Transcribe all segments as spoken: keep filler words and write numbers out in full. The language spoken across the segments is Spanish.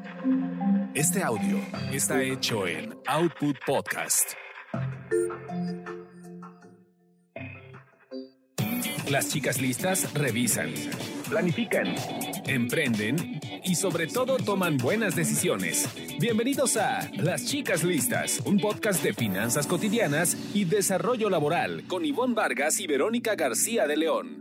Este audio está hecho en Output Podcast. Las chicas listas revisan, planifican, emprenden y sobre todo toman buenas decisiones. Bienvenidos a Las Chicas Listas, un podcast de finanzas cotidianas y desarrollo laboral con Ivonne Vargas y Verónica García de León.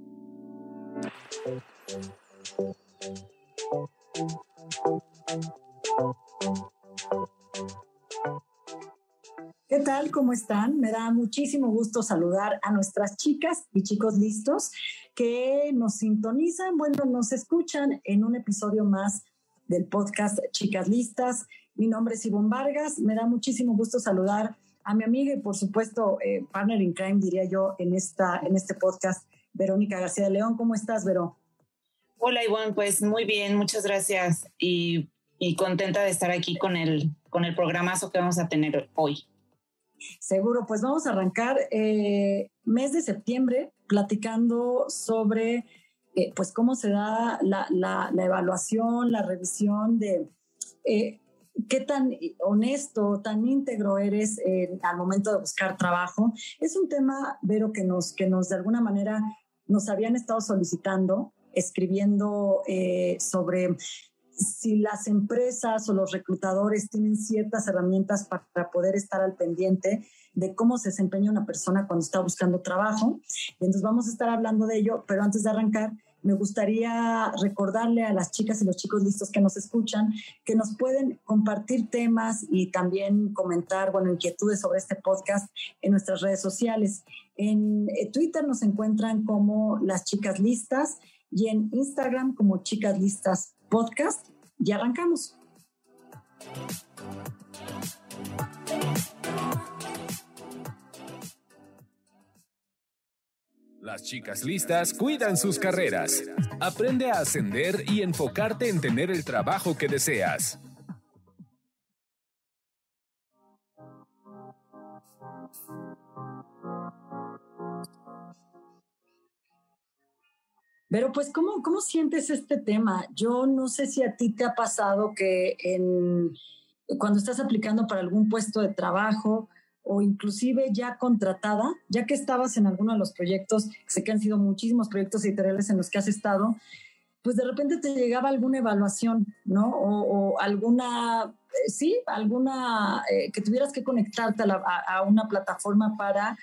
¿Qué tal? ¿Cómo están? Me da muchísimo gusto saludar a nuestras chicas y chicos listos que nos sintonizan, bueno, nos escuchan en un episodio más del podcast Chicas Listas. Mi nombre es Ivonne Vargas, me da muchísimo gusto saludar a mi amiga y por supuesto eh, partner in crime, diría yo, en, esta, en este podcast, Verónica García de León. ¿Cómo estás, Vero? Hola, Ivonne, pues muy bien, muchas gracias y, y contenta de estar aquí con el, con el programazo que vamos a tener hoy. Seguro, pues vamos a arrancar eh, mes de septiembre platicando sobre eh, pues cómo se da la, la, la evaluación, la revisión de eh, qué tan honesto, tan íntegro eres eh, al momento de buscar trabajo. Es un tema, Vero, que nos, que nos de alguna manera nos habían estado solicitando, escribiendo eh, sobre si las empresas o los reclutadores tienen ciertas herramientas para poder estar al pendiente de cómo se desempeña una persona cuando está buscando trabajo. Y entonces vamos a estar hablando de ello, pero antes de arrancar, me gustaría recordarle a las chicas y los chicos listos que nos escuchan que nos pueden compartir temas y también comentar, bueno, inquietudes sobre este podcast en nuestras redes sociales. En Twitter nos encuentran como Las Chicas Listas y en Instagram como Chicas Listas Podcast. Y arrancamos. Las chicas listas cuidan sus carreras. Aprende a ascender y enfocarte en tener el trabajo que deseas. Pero pues, ¿cómo, ¿cómo sientes este tema? Yo no sé si a ti te ha pasado que en, cuando estás aplicando para algún puesto de trabajo o inclusive ya contratada, ya que estabas en alguno de los proyectos, sé que han sido muchísimos proyectos editoriales en los que has estado, pues de repente te llegaba alguna evaluación, ¿no? O, o alguna, eh, sí, alguna, eh, que tuvieras que conectarte a, la, a, a una plataforma para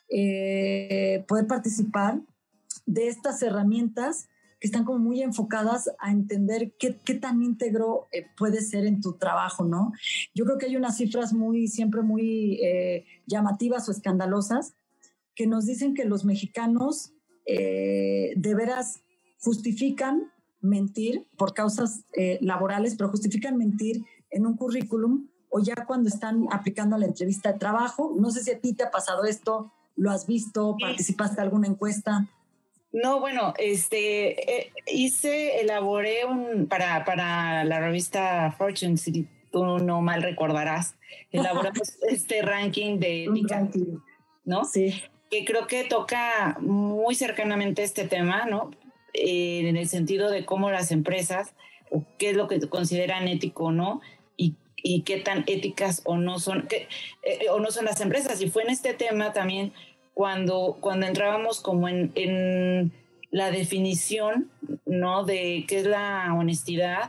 eh, poder participar de estas herramientas que están como muy enfocadas a entender qué, qué tan íntegro eh, puede ser en tu trabajo, ¿no? Yo creo que hay unas cifras muy, siempre muy eh, llamativas o escandalosas que nos dicen que los mexicanos eh, de veras justifican mentir por causas eh, laborales, pero justifican mentir en un currículum o ya cuando están aplicando a la entrevista de trabajo. No sé si a ti te ha pasado esto, lo has visto, participaste en alguna encuesta. No, bueno, este, eh, hice, elaboré un, para, para la revista Fortune, si tú no mal recordarás, elaboramos este ranking de ética, ¿no? Sí. Que creo que toca muy cercanamente este tema, ¿no? Eh, en el sentido de cómo las empresas, o qué es lo que consideran ético o no, y, y qué tan éticas o no son, que, eh, o no son las empresas. Y fue en este tema también Cuando, cuando entrábamos como en, en la definición, ¿no? De qué es la honestidad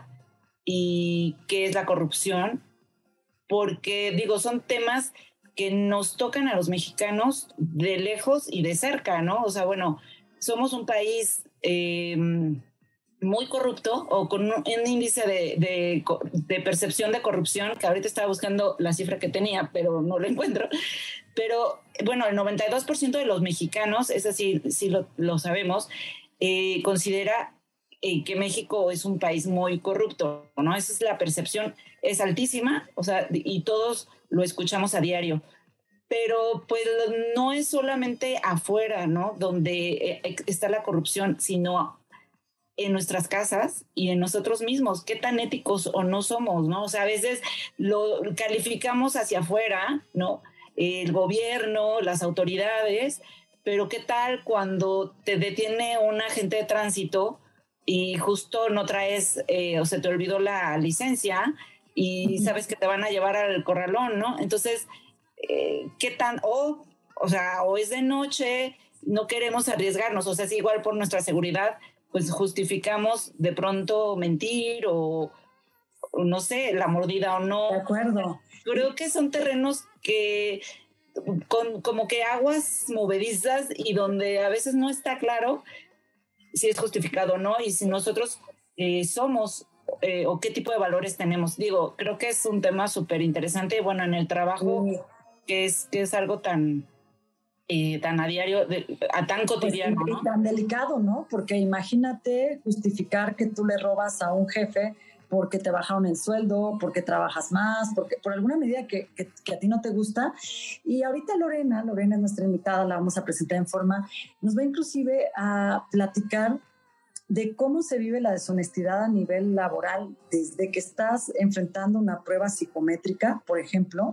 y qué es la corrupción, porque, digo, son temas que nos tocan a los mexicanos de lejos y de cerca, ¿no? O sea, bueno, somos un país eh, muy corrupto o con un, un índice de, de, de percepción de corrupción, que ahorita estaba buscando la cifra que tenía, pero no lo encuentro. Pero, bueno, el noventa y dos por ciento de los mexicanos, es así, sí lo, lo sabemos, eh, considera eh, que México es un país muy corrupto, ¿no? Esa es la percepción, es altísima, o sea, y todos lo escuchamos a diario. Pero, pues, no es solamente afuera, ¿no? Donde eh, está la corrupción, sino en nuestras casas y en nosotros mismos. ¿Qué tan éticos o no somos, no? O sea, a veces lo calificamos hacia afuera, ¿no? El gobierno, las autoridades, pero ¿qué tal cuando te detiene un agente de tránsito y justo no traes eh, o se te olvidó la licencia y sabes que te van a llevar al corralón, ¿no? Entonces, eh, ¿qué tan? O, o sea, o es de noche, no queremos arriesgarnos, o sea, es igual por nuestra seguridad, pues justificamos de pronto mentir o, o no sé, la mordida o no. De acuerdo. Creo que son terrenos que con como que aguas movedizas y donde a veces no está claro si es justificado o no y si nosotros eh, somos eh, o qué tipo de valores tenemos. Digo, creo que es un tema súper interesante, bueno, en el trabajo, sí. que, es, que es algo tan, eh, tan a diario, de, a tan cotidiano. Pues, y, ¿no? y tan delicado, ¿no? Porque imagínate justificar que tú le robas a un jefe porque te bajaron el sueldo, porque trabajas más, porque por alguna medida que, que, que a ti no te gusta. Y ahorita Lorena, Lorena es nuestra invitada, la vamos a presentar en forma, nos va inclusive a platicar de cómo se vive la deshonestidad a nivel laboral desde que estás enfrentando una prueba psicométrica, por ejemplo,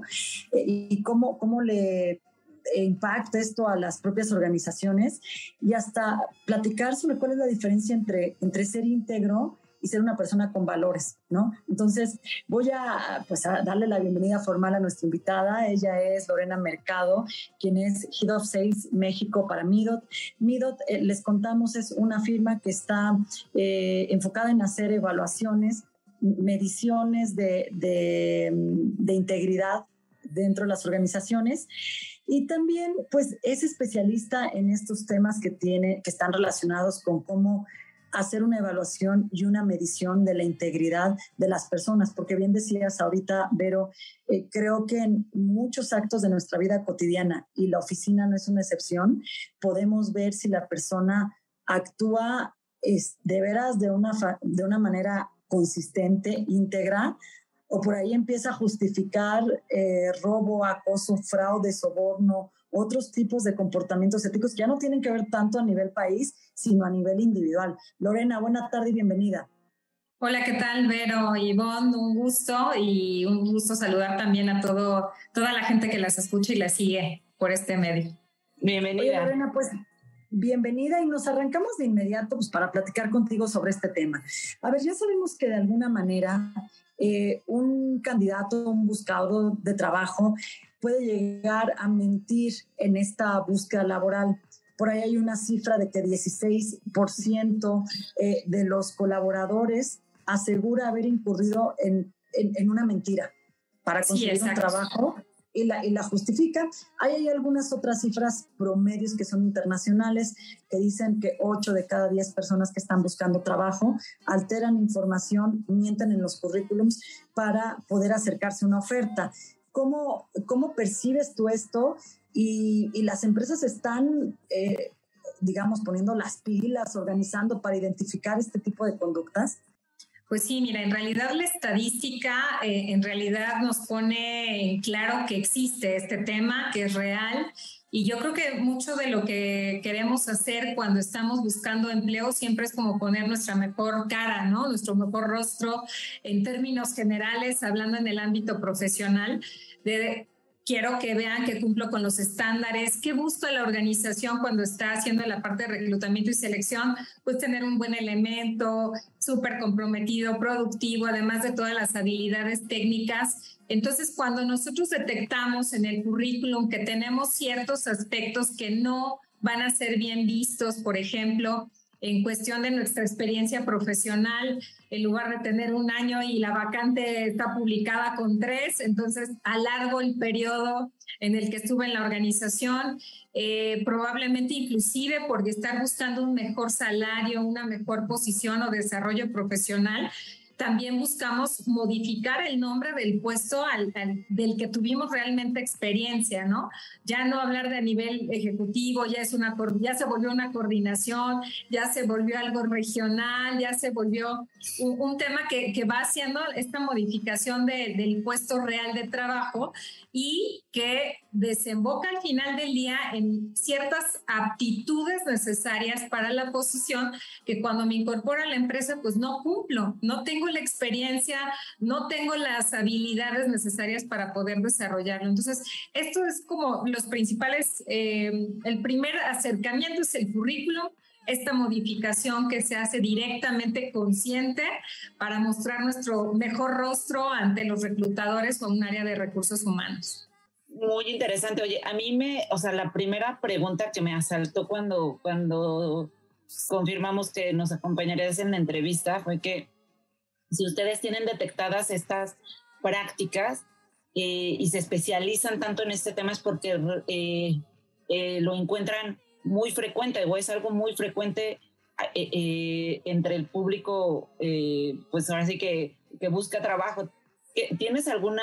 y cómo, cómo le impacta esto a las propias organizaciones, y hasta platicar sobre cuál es la diferencia entre, entre ser íntegro y ser una persona con valores, ¿no? Entonces, voy a, pues, a darle la bienvenida formal a nuestra invitada. Ella es Lorena Mercado, quien es Head of Sales México para Midot. Midot, eh, les contamos, es una firma que está eh, enfocada en hacer evaluaciones, mediciones de, de, de integridad dentro de las organizaciones. Y también, pues, es especialista en estos temas que, tiene, que están relacionados con cómo hacer una evaluación y una medición de la integridad de las personas, porque bien decías ahorita, Vero, eh, creo que en muchos actos de nuestra vida cotidiana, y la oficina no es una excepción, podemos ver si la persona actúa es, de veras de una, de una manera consistente, íntegra, o por ahí empieza a justificar eh, robo, acoso, fraude, soborno, otros tipos de comportamientos éticos que ya no tienen que ver tanto a nivel país, sino a nivel individual. Lorena, buena tarde y bienvenida. Hola, ¿qué tal, Vero y Ivonne? Un gusto y un gusto saludar también a todo, toda la gente que las escucha y las sigue por este medio. Bienvenida. Oye, Lorena, pues bienvenida y nos arrancamos de inmediato pues, para platicar contigo sobre este tema. A ver, ya sabemos que de alguna manera eh, un candidato, un buscador de trabajo puede llegar a mentir en esta búsqueda laboral. Por ahí hay una cifra de que dieciséis por ciento eh, de los colaboradores asegura haber incurrido en, en, en una mentira para conseguir sí, un trabajo y la, y la justifica. Hay, hay algunas otras cifras promedios que son internacionales que dicen que ocho de cada diez personas que están buscando trabajo alteran información, mienten en los currículums para poder acercarse a una oferta. ¿Cómo, cómo percibes tú esto? Y, y las empresas están, eh, digamos, poniendo las pilas, organizando para identificar este tipo de conductas. Pues sí, mira, en realidad la estadística eh, en realidad nos pone en claro que existe este tema, que es real. Y yo creo que mucho de lo que queremos hacer cuando estamos buscando empleo siempre es como poner nuestra mejor cara, ¿no? Nuestro mejor rostro en términos generales, hablando en el ámbito profesional, de quiero que vean que cumplo con los estándares. ¿Qué busca la organización cuando está haciendo la parte de reclutamiento y selección? Pues tener un buen elemento, súper comprometido, productivo, además de todas las habilidades técnicas. Entonces, cuando nosotros detectamos en el currículum que tenemos ciertos aspectos que no van a ser bien vistos, por ejemplo, en cuestión de nuestra experiencia profesional, en lugar de tener un año y la vacante está publicada con tres, entonces alargo el periodo en el que estuve en la organización, eh, probablemente inclusive porque estar buscando un mejor salario, una mejor posición o desarrollo profesional. También buscamos modificar el nombre del puesto al, al, del que tuvimos realmente experiencia, ¿no? Ya no hablar de a nivel ejecutivo, ya, es una, ya se volvió una coordinación, ya se volvió algo regional, ya se volvió un, un tema que, que va haciendo esta modificación de, del puesto real de trabajo y que desemboca al final del día en ciertas aptitudes necesarias para la posición que cuando me incorporo a la empresa pues no cumplo, no tengo la experiencia, no tengo las habilidades necesarias para poder desarrollarlo. Entonces, esto es como los principales, eh, el primer acercamiento es el currículum, esta modificación que se hace directamente consciente para mostrar nuestro mejor rostro ante los reclutadores o un área de recursos humanos. Muy interesante. Oye, a mí me, o sea, la primera pregunta que me asaltó cuando, cuando confirmamos que nos acompañarías en la entrevista fue que si ustedes tienen detectadas estas prácticas eh, y se especializan tanto en este tema es porque eh, eh, lo encuentran muy frecuente o es algo muy frecuente eh, eh, entre el público, eh, pues ahora sí que, que busca trabajo. ¿Tienes alguna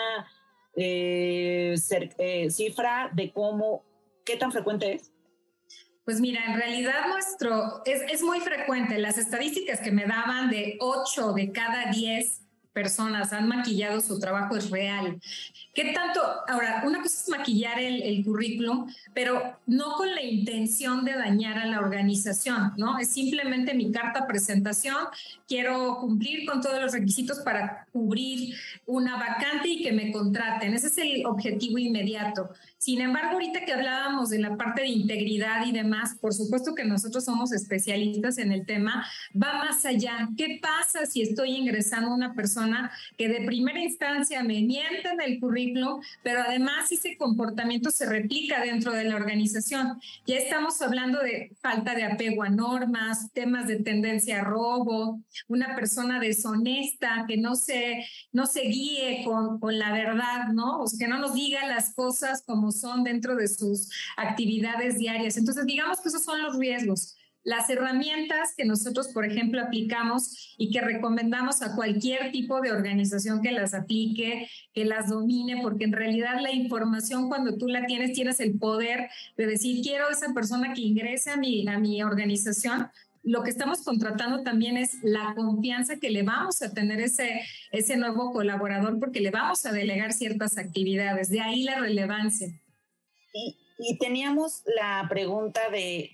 eh, cer- eh, cifra de cómo, qué tan frecuente es? Pues mira, en realidad nuestro, es, es muy frecuente. Las estadísticas que me daban de ocho de cada diez personas han maquillado su trabajo es real. ¿Qué tanto? Ahora, una cosa es maquillar el, el currículum, pero no con la intención de dañar a la organización, ¿no? Es simplemente mi carta presentación, quiero cumplir con todos los requisitos para cubrir una vacante y que me contraten. Ese es el objetivo inmediato. Sin embargo, ahorita que hablábamos de la parte de integridad y demás, por supuesto que nosotros somos especialistas en el tema, va más allá. ¿Qué pasa si estoy ingresando a una persona que de primera instancia me miente en el currículum, pero además ese comportamiento se replica dentro de la organización? Ya estamos hablando de falta de apego a normas, temas de tendencia a robo, una persona deshonesta que no se, no se guíe con, con la verdad, ¿no? O sea, que no nos diga las cosas como son dentro de sus actividades diarias. Entonces, digamos que esos son los riesgos. Las herramientas que nosotros, por ejemplo, aplicamos y que recomendamos a cualquier tipo de organización que las aplique, que las domine, porque en realidad la información cuando tú la tienes, tienes el poder de decir, quiero a esa persona que ingrese a mi, a mi organización. Lo que estamos contratando también es la confianza que le vamos a tener ese, ese nuevo colaborador porque le vamos a delegar ciertas actividades. De ahí la relevancia. Y, y teníamos la pregunta de,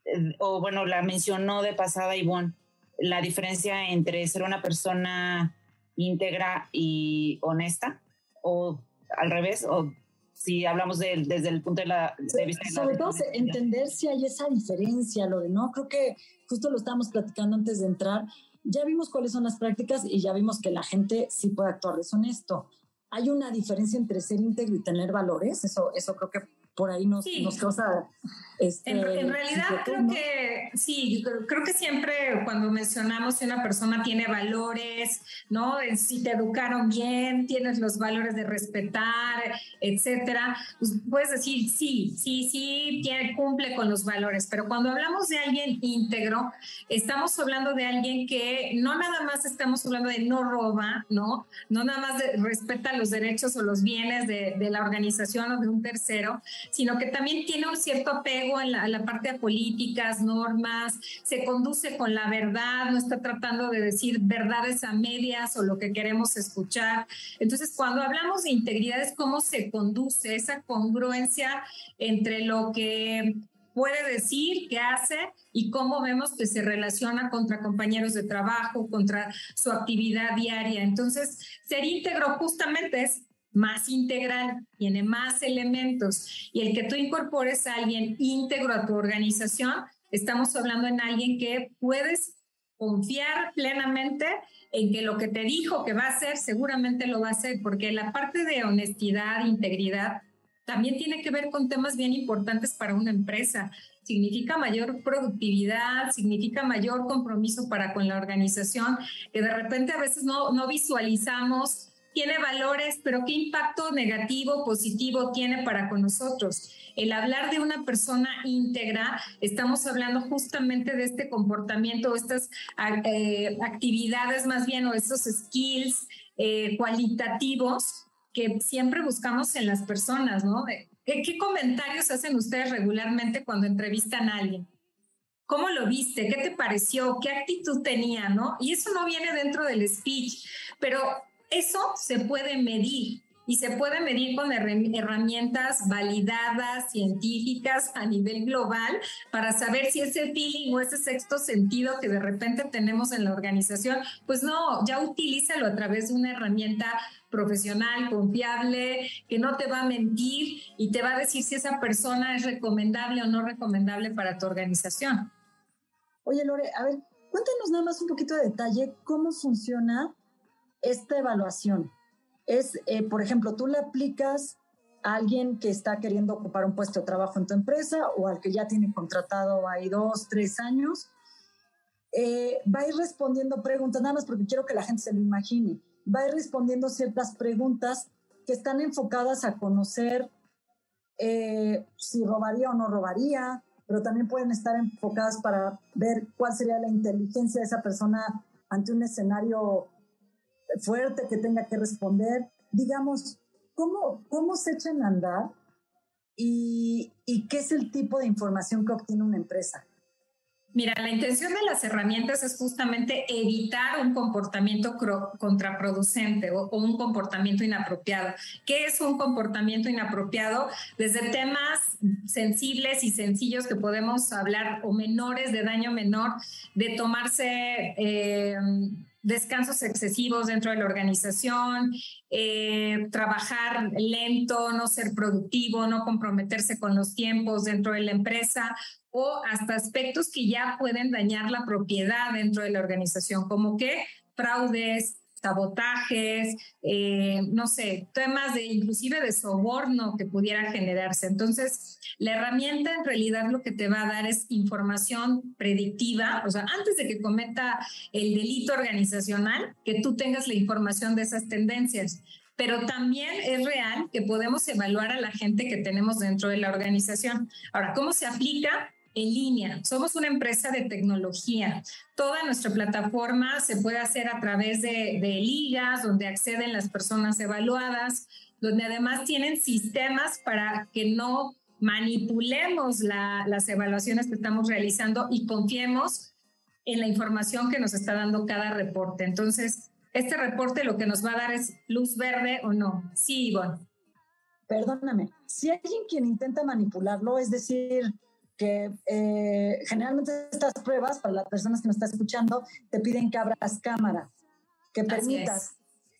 o bueno, la mencionó de pasada Ivonne, la diferencia entre ser una persona íntegra y honesta, o al revés, o si hablamos de, desde el punto de, la, de vista de sobre la todo entender si hay esa diferencia, lo de no, creo que justo lo estábamos platicando antes de entrar, ya vimos cuáles son las prácticas y ya vimos que la gente sí puede actuar deshonesto. Hay una diferencia entre ser íntegro y tener valores, eso, eso creo que por ahí nos, sí. nos causa... Este, en, en realidad creo ¿no? que sí, creo, creo que siempre cuando mencionamos si una persona tiene valores, ¿no? Si te educaron bien, tienes los valores de respetar, etcétera, pues puedes decir sí, sí, sí, tiene, cumple con los valores, pero cuando hablamos de alguien íntegro, estamos hablando de alguien que no nada más estamos hablando de no roba, ¿no? No nada más de, respeta los derechos o los bienes de, de la organización o de un tercero, sino que también tiene un cierto apego en la, en la parte de políticas, normas, se conduce con la verdad, no está tratando de decir verdades a medias o lo que queremos escuchar. Entonces, cuando hablamos de integridad es cómo se conduce, esa congruencia entre lo que puede decir, qué hace y cómo vemos que se relaciona contra compañeros de trabajo, contra su actividad diaria. Entonces, ser íntegro justamente es más integral, tiene más elementos, y el que tú incorpores a alguien íntegro a tu organización, estamos hablando en alguien que puedes confiar plenamente en que lo que te dijo que va a hacer, seguramente lo va a hacer, porque la parte de honestidad, integridad, también tiene que ver con temas bien importantes para una empresa. Significa mayor productividad, significa mayor compromiso para con la organización, que de repente a veces no, no visualizamos. Tiene valores, pero ¿qué impacto negativo, positivo tiene para con nosotros? El hablar de una persona íntegra, estamos hablando justamente de este comportamiento, estas eh, actividades más bien, o esos skills eh, cualitativos que siempre buscamos en las personas, ¿no? ¿Qué, qué comentarios hacen ustedes regularmente cuando entrevistan a alguien? ¿Cómo lo viste? ¿Qué te pareció? ¿Qué actitud tenía, no? Y eso no viene dentro del speech, pero eso se puede medir y se puede medir con herramientas validadas, científicas a nivel global para saber si ese feeling o ese sexto sentido que de repente tenemos en la organización, pues no, ya utilízalo a través de una herramienta profesional, confiable, que no te va a mentir y te va a decir si esa persona es recomendable o no recomendable para tu organización. Oye, Lore, a ver, cuéntanos nada más un poquito de detalle cómo funciona esta evaluación. Es, eh, por ejemplo, tú le aplicas a alguien que está queriendo ocupar un puesto de trabajo en tu empresa o al que ya tiene contratado ahí dos, tres años. Eh, va a ir respondiendo preguntas, nada más porque quiero que la gente se lo imagine. Va a ir respondiendo ciertas preguntas que están enfocadas a conocer eh, si robaría o no robaría, pero también pueden estar enfocadas para ver cuál sería la inteligencia de esa persona ante un escenario fuerte que tenga que responder. Digamos, ¿cómo, cómo se echan a andar y, y qué es el tipo de información que obtiene una empresa? Mira, la intención de las herramientas es justamente evitar un comportamiento contraproducente o, o un comportamiento inapropiado. ¿Qué es un comportamiento inapropiado? Desde temas sensibles y sencillos que podemos hablar o menores, de daño menor, de tomarse eh, descansos excesivos dentro de la organización, eh, trabajar lento, no ser productivo, no comprometerse con los tiempos dentro de la empresa, o hasta aspectos que ya pueden dañar la propiedad dentro de la organización, como que fraudes, sabotajes, eh, no sé, temas de inclusive de soborno que pudiera generarse. Entonces, la herramienta en realidad lo que te va a dar es información predictiva, o sea, antes de que cometa el delito organizacional, que tú tengas la información de esas tendencias. Pero también es real que podemos evaluar a la gente que tenemos dentro de la organización. Ahora, ¿cómo se aplica? En línea. Somos una empresa de tecnología. Toda nuestra plataforma se puede hacer a través de, de ligas donde acceden las personas evaluadas, donde además tienen sistemas para que no manipulemos la, las evaluaciones que estamos realizando y confiemos en la información que nos está dando cada reporte. Entonces, este reporte lo que nos va a dar es luz verde o no. Sí, Ivonne. Perdóname, si hay alguien quien intenta manipularlo, es decir, que eh, generalmente estas pruebas, para las personas que nos están escuchando, te piden que abras cámara, que permitas.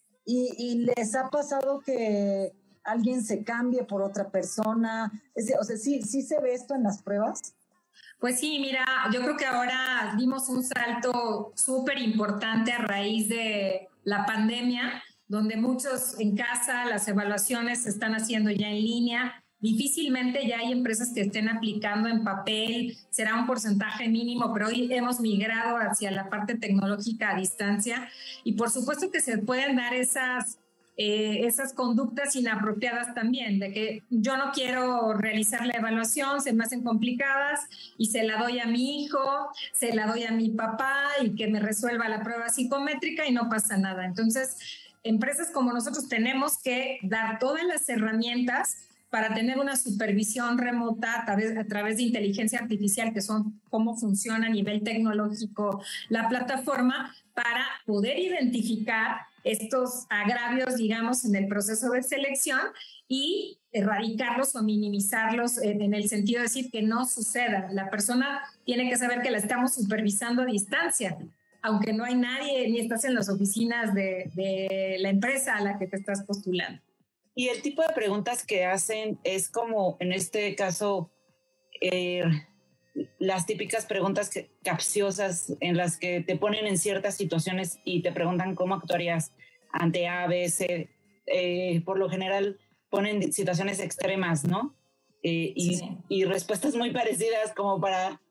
Y, y les ha pasado que alguien se cambie por otra persona. Es, o sea, ¿sí, ¿sí se ve esto en las pruebas? Pues sí, mira, yo creo que ahora dimos un salto súper importante a raíz de la pandemia, donde muchos en casa, las evaluaciones se están haciendo ya en línea. Difícilmente ya hay empresas que estén aplicando en papel, será un porcentaje mínimo, pero hoy hemos migrado hacia la parte tecnológica a distancia y por supuesto que se pueden dar esas, eh, esas conductas inapropiadas también, de que yo no quiero realizar la evaluación, se me hacen complicadas y se la doy a mi hijo, se la doy a mi papá y que me resuelva la prueba psicométrica y no pasa nada. Entonces, empresas como nosotros tenemos que dar todas las herramientas para tener una supervisión remota a través, a través de inteligencia artificial, que son cómo funciona a nivel tecnológico la plataforma, para poder identificar estos agravios, digamos, en el proceso de selección y erradicarlos o minimizarlos en, en el sentido de decir que no suceda. La persona tiene que saber que la estamos supervisando a distancia, aunque no hay nadie ni estás en las oficinas de, de la empresa a la que te estás postulando. Y el tipo de preguntas que hacen es como, en este caso, eh, las típicas preguntas que, capciosas en las que te ponen en ciertas situaciones y te preguntan cómo actuarías ante A, B, C. Eh, por lo general ponen situaciones extremas, ¿no? Eh, y, sí. y respuestas muy parecidas como para...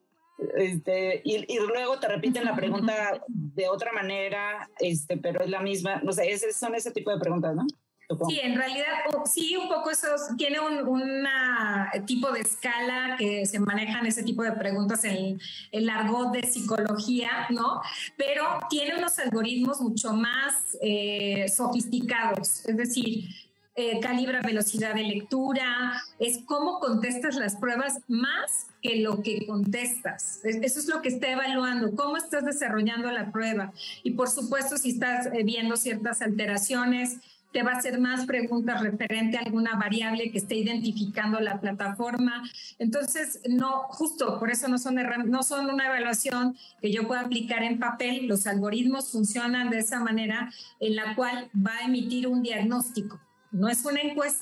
Este, y, y luego te repiten la pregunta de otra manera, este, pero es la misma. No sé, ese, son ese tipo de preguntas, ¿no? Supongo. Sí, en realidad sí, un poco eso tiene un una tipo de escala que se manejan ese tipo de preguntas en el argot de psicología, ¿no? Pero tiene unos algoritmos mucho más eh, sofisticados, es decir, eh, calibra velocidad de lectura, es cómo contestas las pruebas más que lo que contestas. Eso es lo que está evaluando, cómo estás desarrollando la prueba. Y por supuesto, si estás viendo ciertas alteraciones, te va a hacer más preguntas referente a alguna variable que esté identificando la plataforma. Entonces, no, justo por eso no son, no son una evaluación que yo pueda aplicar en papel. Los algoritmos funcionan de esa manera en la cual va a emitir un diagnóstico. No es una encuesta,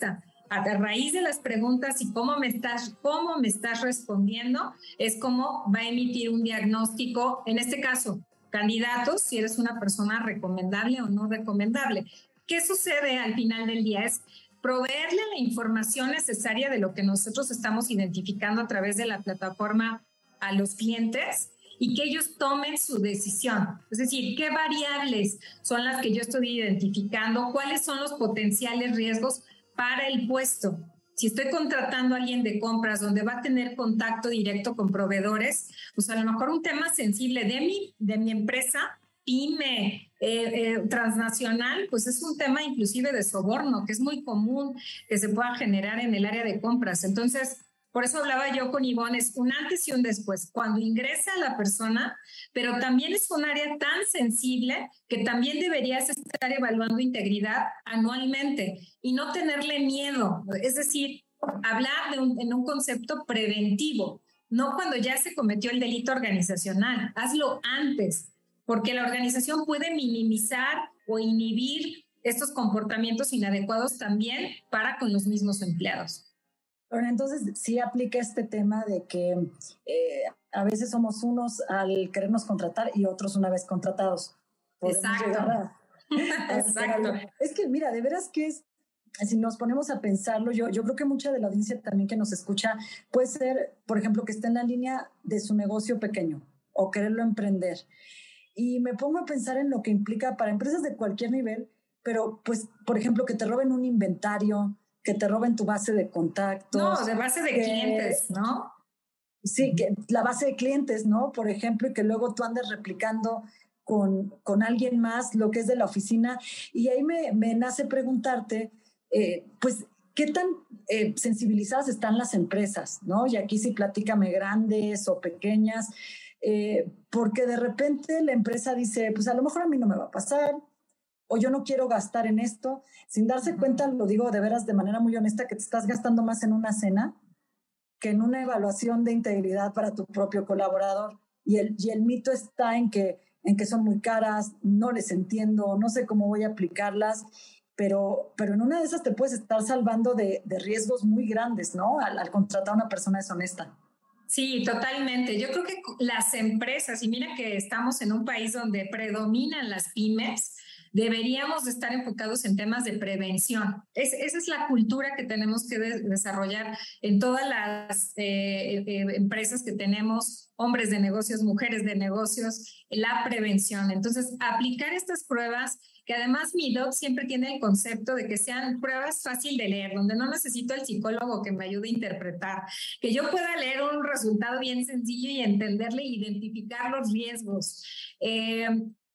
a raíz de las preguntas y cómo me estás, cómo me estás respondiendo, es cómo va a emitir un diagnóstico, en este caso, candidatos, si eres una persona recomendable o no recomendable. ¿Qué sucede al final del día? Es proveerle la información necesaria de lo que nosotros estamos identificando a través de la plataforma a los clientes y que ellos tomen su decisión. Es decir, qué variables son las que yo estoy identificando, cuáles son los potenciales riesgos para el puesto. Si estoy contratando a alguien de compras donde va a tener contacto directo con proveedores, pues a lo mejor un tema sensible de mi, de mi empresa, pyme, eh, eh, transnacional, pues es un tema inclusive de soborno, que es muy común que se pueda generar en el área de compras. Entonces, por eso hablaba yo con Ivonne, es un antes y un después. Cuando ingresa la persona, pero también es un área tan sensible que también deberías estar evaluando integridad anualmente y no tenerle miedo. Es decir, hablar de un, en un concepto preventivo, no cuando ya se cometió el delito organizacional. Hazlo antes, porque la organización puede minimizar o inhibir estos comportamientos inadecuados también para con los mismos empleados. Bueno, entonces sí aplica este tema de que eh, a veces somos unos al querernos contratar y otros una vez contratados. Exacto. A, a Exacto. Es que mira, de veras que es, si nos ponemos a pensarlo, yo, yo creo que mucha de la audiencia también que nos escucha puede ser, por ejemplo, que esté en la línea de su negocio pequeño o quererlo emprender. Y me pongo a pensar en lo que implica para empresas de cualquier nivel, pero pues, por ejemplo, que te roben un inventario, que te roben tu base de contactos. No, de base de que, clientes, ¿no? Sí, que la base de clientes, ¿no? Por ejemplo, y que luego tú andes replicando con, con alguien más lo que es de la oficina. Y ahí me, me nace preguntarte, eh, pues, ¿qué tan eh, sensibilizadas están las empresas, ¿no? Y aquí sí platícame grandes o pequeñas, eh, porque de repente la empresa dice, pues a lo mejor a mí no me va a pasar, o yo no quiero gastar en esto, sin darse cuenta, lo digo de veras de manera muy honesta, que te estás gastando más en una cena que en una evaluación de integridad para tu propio colaborador. Y el, y el mito está en que, en que son muy caras, no les entiendo, no sé cómo voy a aplicarlas, pero, pero en una de esas te puedes estar salvando de, de riesgos muy grandes, ¿no? Al, al contratar a una persona deshonesta. Sí, totalmente. Yo creo que las empresas, y mira que estamos en un país donde predominan las pymes, deberíamos de estar enfocados en temas de prevención. Es, esa es la cultura que tenemos que de, desarrollar en todas las eh, eh, empresas que tenemos, hombres de negocios, mujeres de negocios, la prevención. Entonces, aplicar estas pruebas, que además mi doc siempre tiene el concepto de que sean pruebas fácil de leer, donde no necesito el psicólogo que me ayude a interpretar, que yo pueda leer un resultado bien sencillo y entenderle e identificar los riesgos. Eh,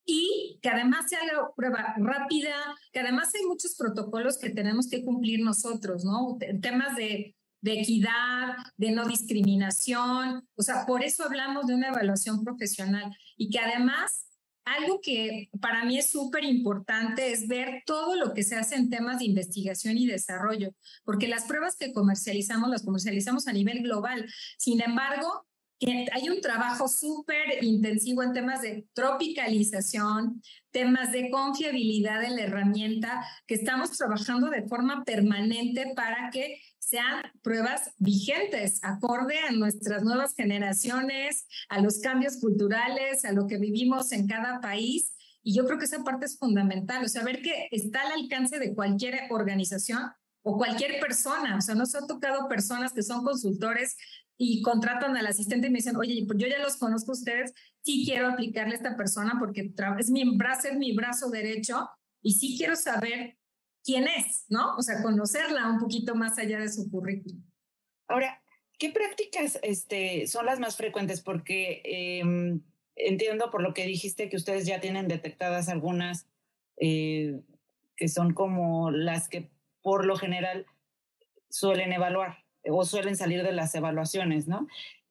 Y que además sea la prueba rápida, que además hay muchos protocolos que tenemos que cumplir nosotros, ¿no? Temas de, de equidad, de no discriminación, o sea, por eso hablamos de una evaluación profesional y que además algo que para mí es súper importante es ver todo lo que se hace en temas de investigación y desarrollo, porque las pruebas que comercializamos las comercializamos a nivel global. Sin embargo, que hay un trabajo súper intensivo en temas de tropicalización, temas de confiabilidad de la herramienta, que estamos trabajando de forma permanente para que sean pruebas vigentes, acorde a nuestras nuevas generaciones, a los cambios culturales, a lo que vivimos en cada país. Y yo creo que esa parte es fundamental, o sea, ver que está al alcance de cualquier organización o cualquier persona. O sea, nos ha tocado personas que son consultores y contratan al asistente y me dicen, oye, pues yo ya los conozco a ustedes, sí quiero aplicarle a esta persona porque es mi brazo, es mi brazo derecho y sí quiero saber quién es, ¿no? O sea, conocerla un poquito más allá de su currículum. Ahora, ¿qué prácticas este, son las más frecuentes? Porque eh, entiendo por lo que dijiste que ustedes ya tienen detectadas algunas eh, que son como las que por lo general suelen evaluar o suelen salir de las evaluaciones, ¿no?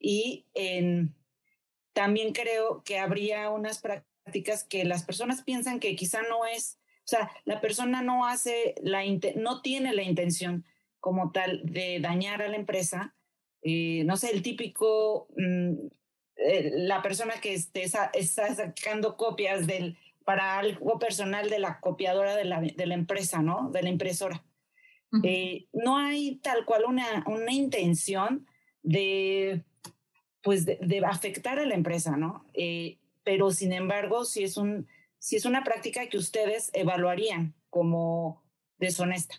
Y en, también creo que habría unas prácticas que las personas piensan que quizá no es, o sea, la persona no hace, la no tiene la intención como tal de dañar a la empresa, eh, no sé, el típico, mmm, eh, la persona que esté, está sacando copias del, para algo personal de la copiadora de la, de la empresa, ¿no? De la impresora. Uh-huh. Eh, no hay tal cual una, una intención de, pues de, de afectar a la empresa, ¿no? Eh, pero sin embargo, sí es, un, sí es una práctica que ustedes evaluarían como deshonesta.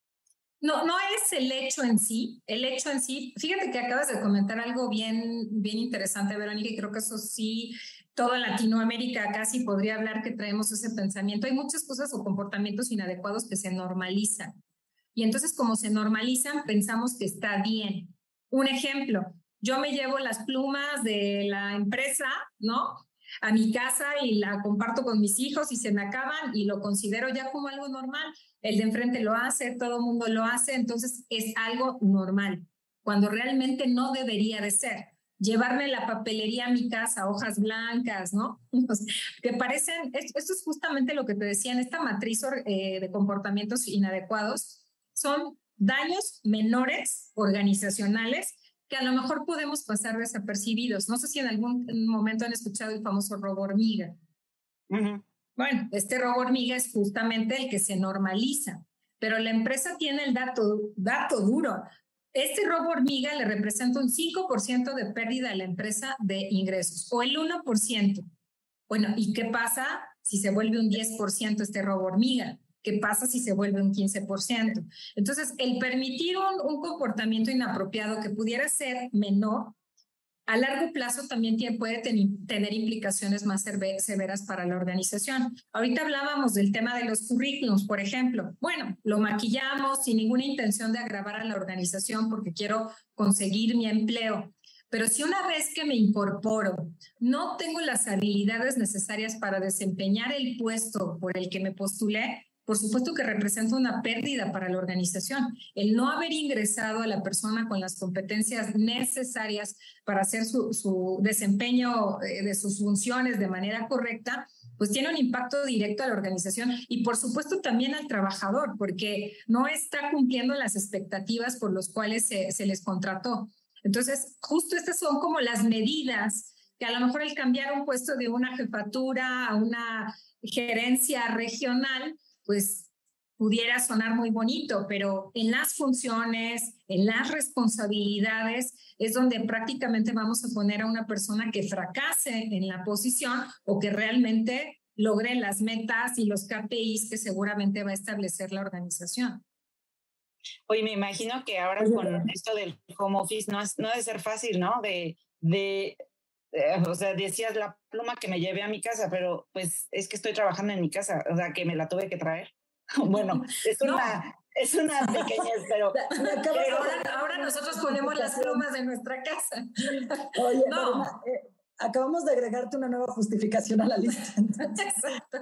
No, no es el hecho en sí, el hecho en sí, fíjate que acabas de comentar algo bien, bien interesante, Verónica, y creo que eso sí, toda Latinoamérica casi podría hablar que traemos ese pensamiento. Hay muchas cosas o comportamientos inadecuados que se normalizan, y entonces como se normalizan, pensamos que está bien. Un ejemplo, yo me llevo las plumas de la empresa, ¿no?, a mi casa y la comparto con mis hijos y se me acaban y lo considero ya como algo normal. El de enfrente lo hace, todo el mundo lo hace, entonces es algo normal, cuando realmente no debería de ser. Llevarme la papelería a mi casa, hojas blancas, ¿no? Que parecen, esto es justamente lo que te decía, en esta matriz eh, de comportamientos inadecuados, son daños menores organizacionales que a lo mejor podemos pasar desapercibidos. No sé si en algún momento han escuchado el famoso robo hormiga. Uh-huh. Bueno, este robo hormiga es justamente el que se normaliza, pero la empresa tiene el dato, dato duro. Este robo hormiga le representa un cinco por ciento de pérdida a la empresa de ingresos, o el uno por ciento. Bueno, ¿y qué pasa si se vuelve un diez por ciento este robo hormiga? ¿Qué pasa si se vuelve un quince por ciento? Entonces, el permitir un, un comportamiento inapropiado que pudiera ser menor, a largo plazo también tiene, puede ten, tener implicaciones más severas para la organización. Ahorita hablábamos del tema de los currículums, por ejemplo. Bueno, lo maquillamos sin ninguna intención de agravar a la organización porque quiero conseguir mi empleo. Pero si una vez que me incorporo no tengo las habilidades necesarias para desempeñar el puesto por el que me postulé, por supuesto que representa una pérdida para la organización. El no haber ingresado a la persona con las competencias necesarias para hacer su, su desempeño de sus funciones de manera correcta, pues tiene un impacto directo a la organización y por supuesto también al trabajador, porque no está cumpliendo las expectativas por las cuales se, se les contrató. Entonces, justo estas son como las medidas que a lo mejor el cambiar un puesto de una jefatura a una gerencia regional, pues pudiera sonar muy bonito, pero en las funciones, en las responsabilidades, es donde prácticamente vamos a poner a una persona que fracase en la posición o que realmente logre las metas y los K P Is que seguramente va a establecer la organización. Oye, me imagino que ahora Oye, con esto del home office no, es, no debe ser fácil, ¿no? De, de eh, o sea, decías la pluma que me llevé a mi casa, pero pues es que estoy trabajando en mi casa, o sea, que me la tuve que traer. Bueno, es una, no. es una pequeñez, pero... pero ahora, ahora nosotros ponemos las plumas de nuestra casa. Oye, no. Marina, eh, acabamos de agregarte una nueva justificación a la lista. Exacto.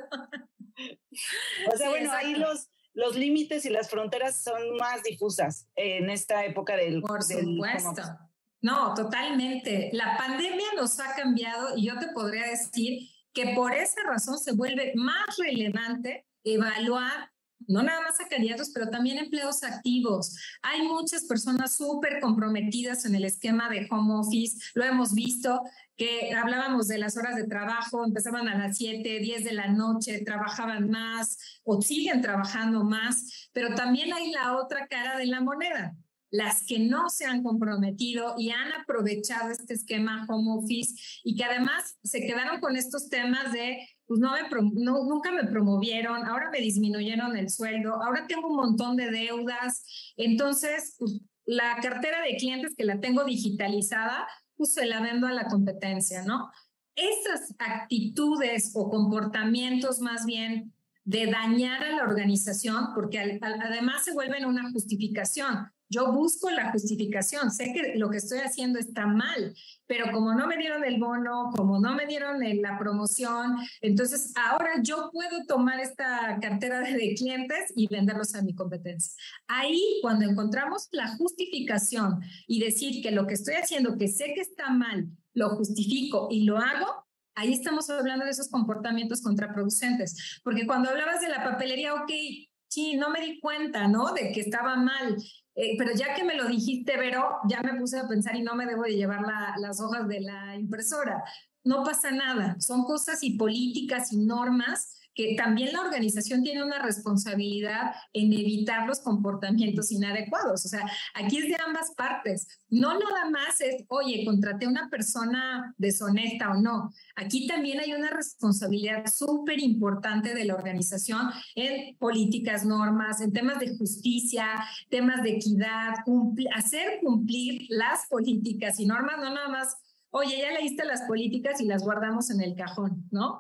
O sea, sí, bueno, exacto. Ahí los... Los límites y las fronteras son más difusas en esta época del... Por del supuesto. No, totalmente. La pandemia nos ha cambiado y yo te podría decir que por esa razón se vuelve más relevante evaluar no nada más a candidatos, pero también empleos activos. Hay muchas personas súper comprometidas en el esquema de home office, lo hemos visto, que hablábamos de las horas de trabajo, empezaban a las siete, diez de la noche, trabajaban más o siguen trabajando más, pero también hay la otra cara de la moneda, las que no se han comprometido y han aprovechado este esquema home office y que además se quedaron con estos temas de pues no me no, nunca me promovieron, ahora me disminuyeron el sueldo, ahora tengo un montón de deudas, entonces pues, la cartera de clientes que la tengo digitalizada, pues se la vendo a la competencia, ¿no? Esas actitudes o comportamientos más bien de dañar a la organización, porque al, al, además se vuelven una justificación. Yo busco la justificación, sé que lo que estoy haciendo está mal, pero como no me dieron el bono, como no me dieron la promoción, entonces ahora yo puedo tomar esta cartera de clientes y venderlos a mi competencia. Ahí, cuando encontramos la justificación y decir que lo que estoy haciendo, que sé que está mal, lo justifico y lo hago, ahí estamos hablando de esos comportamientos contraproducentes. Porque cuando hablabas de la papelería, ok, sí, no me di cuenta, ¿no? De que estaba mal. Eh, pero ya que me lo dijiste, Vero, ya me puse a pensar y no me debo de llevar la, las hojas de la impresora. No pasa nada. Son cosas y políticas y normas que también la organización tiene una responsabilidad en evitar los comportamientos inadecuados. O sea, aquí es de ambas partes. No nada más es, oye, contraté a una persona deshonesta o no. Aquí también hay una responsabilidad súper importante de la organización en políticas, normas, en temas de justicia, temas de equidad, cumpl- hacer cumplir las políticas y normas, no nada más, oye, ya leíste las políticas y las guardamos en el cajón, ¿no?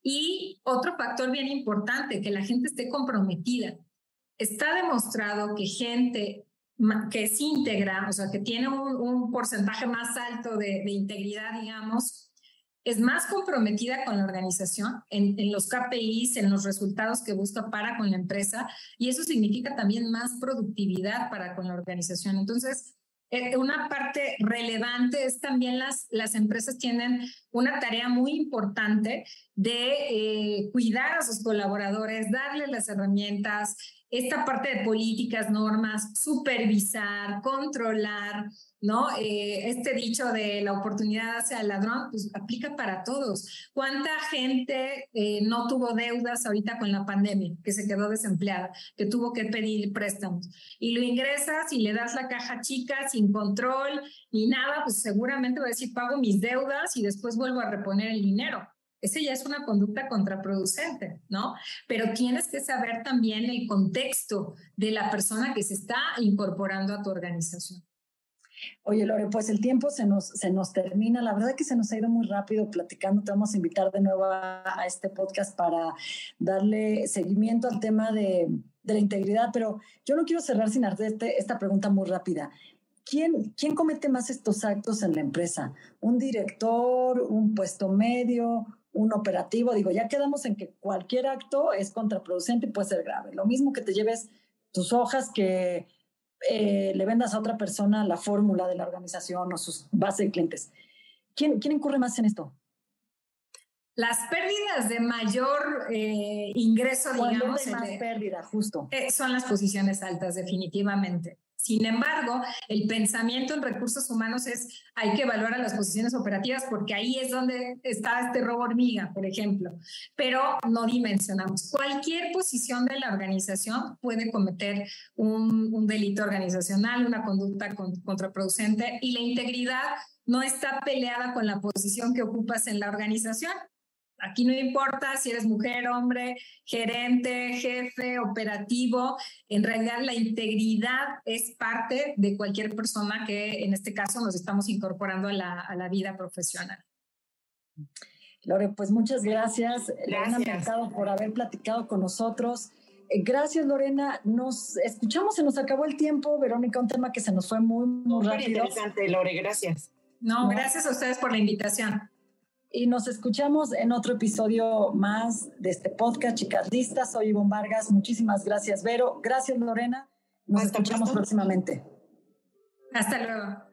Y otro factor bien importante, que la gente esté comprometida. Está demostrado que gente que es íntegra, o sea, que tiene un, un porcentaje más alto de, de integridad, digamos, es más comprometida con la organización, en, en los K P Is, en los resultados que busca para con la empresa, y eso significa también más productividad para con la organización. Entonces, una parte relevante es también las, las empresas tienen una tarea muy importante de eh, cuidar a sus colaboradores, darles las herramientas, esta parte de políticas, normas, supervisar, controlar, ¿no? Eh, este dicho de la oportunidad hace al ladrón, pues aplica para todos. ¿Cuánta gente eh, no tuvo deudas ahorita con la pandemia, que se quedó desempleada, que tuvo que pedir préstamos? Y lo ingresas y le das la caja chica sin control ni nada, pues seguramente va a decir, pago mis deudas y después vuelvo a reponer el dinero. Esa ya es una conducta contraproducente, ¿no? Pero tienes que saber también el contexto de la persona que se está incorporando a tu organización. Oye, Lore, pues el tiempo se nos, se nos termina. La verdad que se nos ha ido muy rápido platicando. Te vamos a invitar de nuevo a, a este podcast para darle seguimiento al tema de, de la integridad. Pero yo no quiero cerrar sin hacerte esta pregunta muy rápida. ¿Quién, ¿Quién comete más estos actos en la empresa? ¿Un director, un puesto medio, un operativo? Digo, ya quedamos en que cualquier acto es contraproducente y puede ser grave. Lo mismo que te lleves tus hojas, que eh, le vendas a otra persona la fórmula de la organización o sus bases de clientes. ¿Quién, quién incurre más en esto? Las pérdidas de mayor eh, ingreso, digamos. ¿Cuál es más pérdida, justo? Eh, son las posiciones altas, definitivamente. Sin embargo, el pensamiento en recursos humanos es, hay que evaluar a las posiciones operativas porque ahí es donde está este robo hormiga, por ejemplo, pero no dimensionamos. Cualquier posición de la organización puede cometer un, un delito organizacional, una conducta con, contraproducente, y la integridad no está peleada con la posición que ocupas en la organización. Aquí no importa si eres mujer, hombre, gerente, jefe, operativo. En realidad, la integridad es parte de cualquier persona que, en este caso, nos estamos incorporando a la, a la vida profesional. Lore, pues muchas gracias. Gracias. Lorena Mercado, por haber platicado con nosotros. Eh, gracias, Lorena. Nos escuchamos, se nos acabó el tiempo. Verónica, un tema que se nos fue muy, muy Súper rápido. interesante, Lore, gracias. No, No. gracias a ustedes por la invitación. Y nos escuchamos en otro episodio más de este podcast, Chicas Listas. Soy Ivonne Vargas. Muchísimas gracias, Vero. Gracias, Lorena. Nos Hasta escuchamos pronto. próximamente. Hasta luego.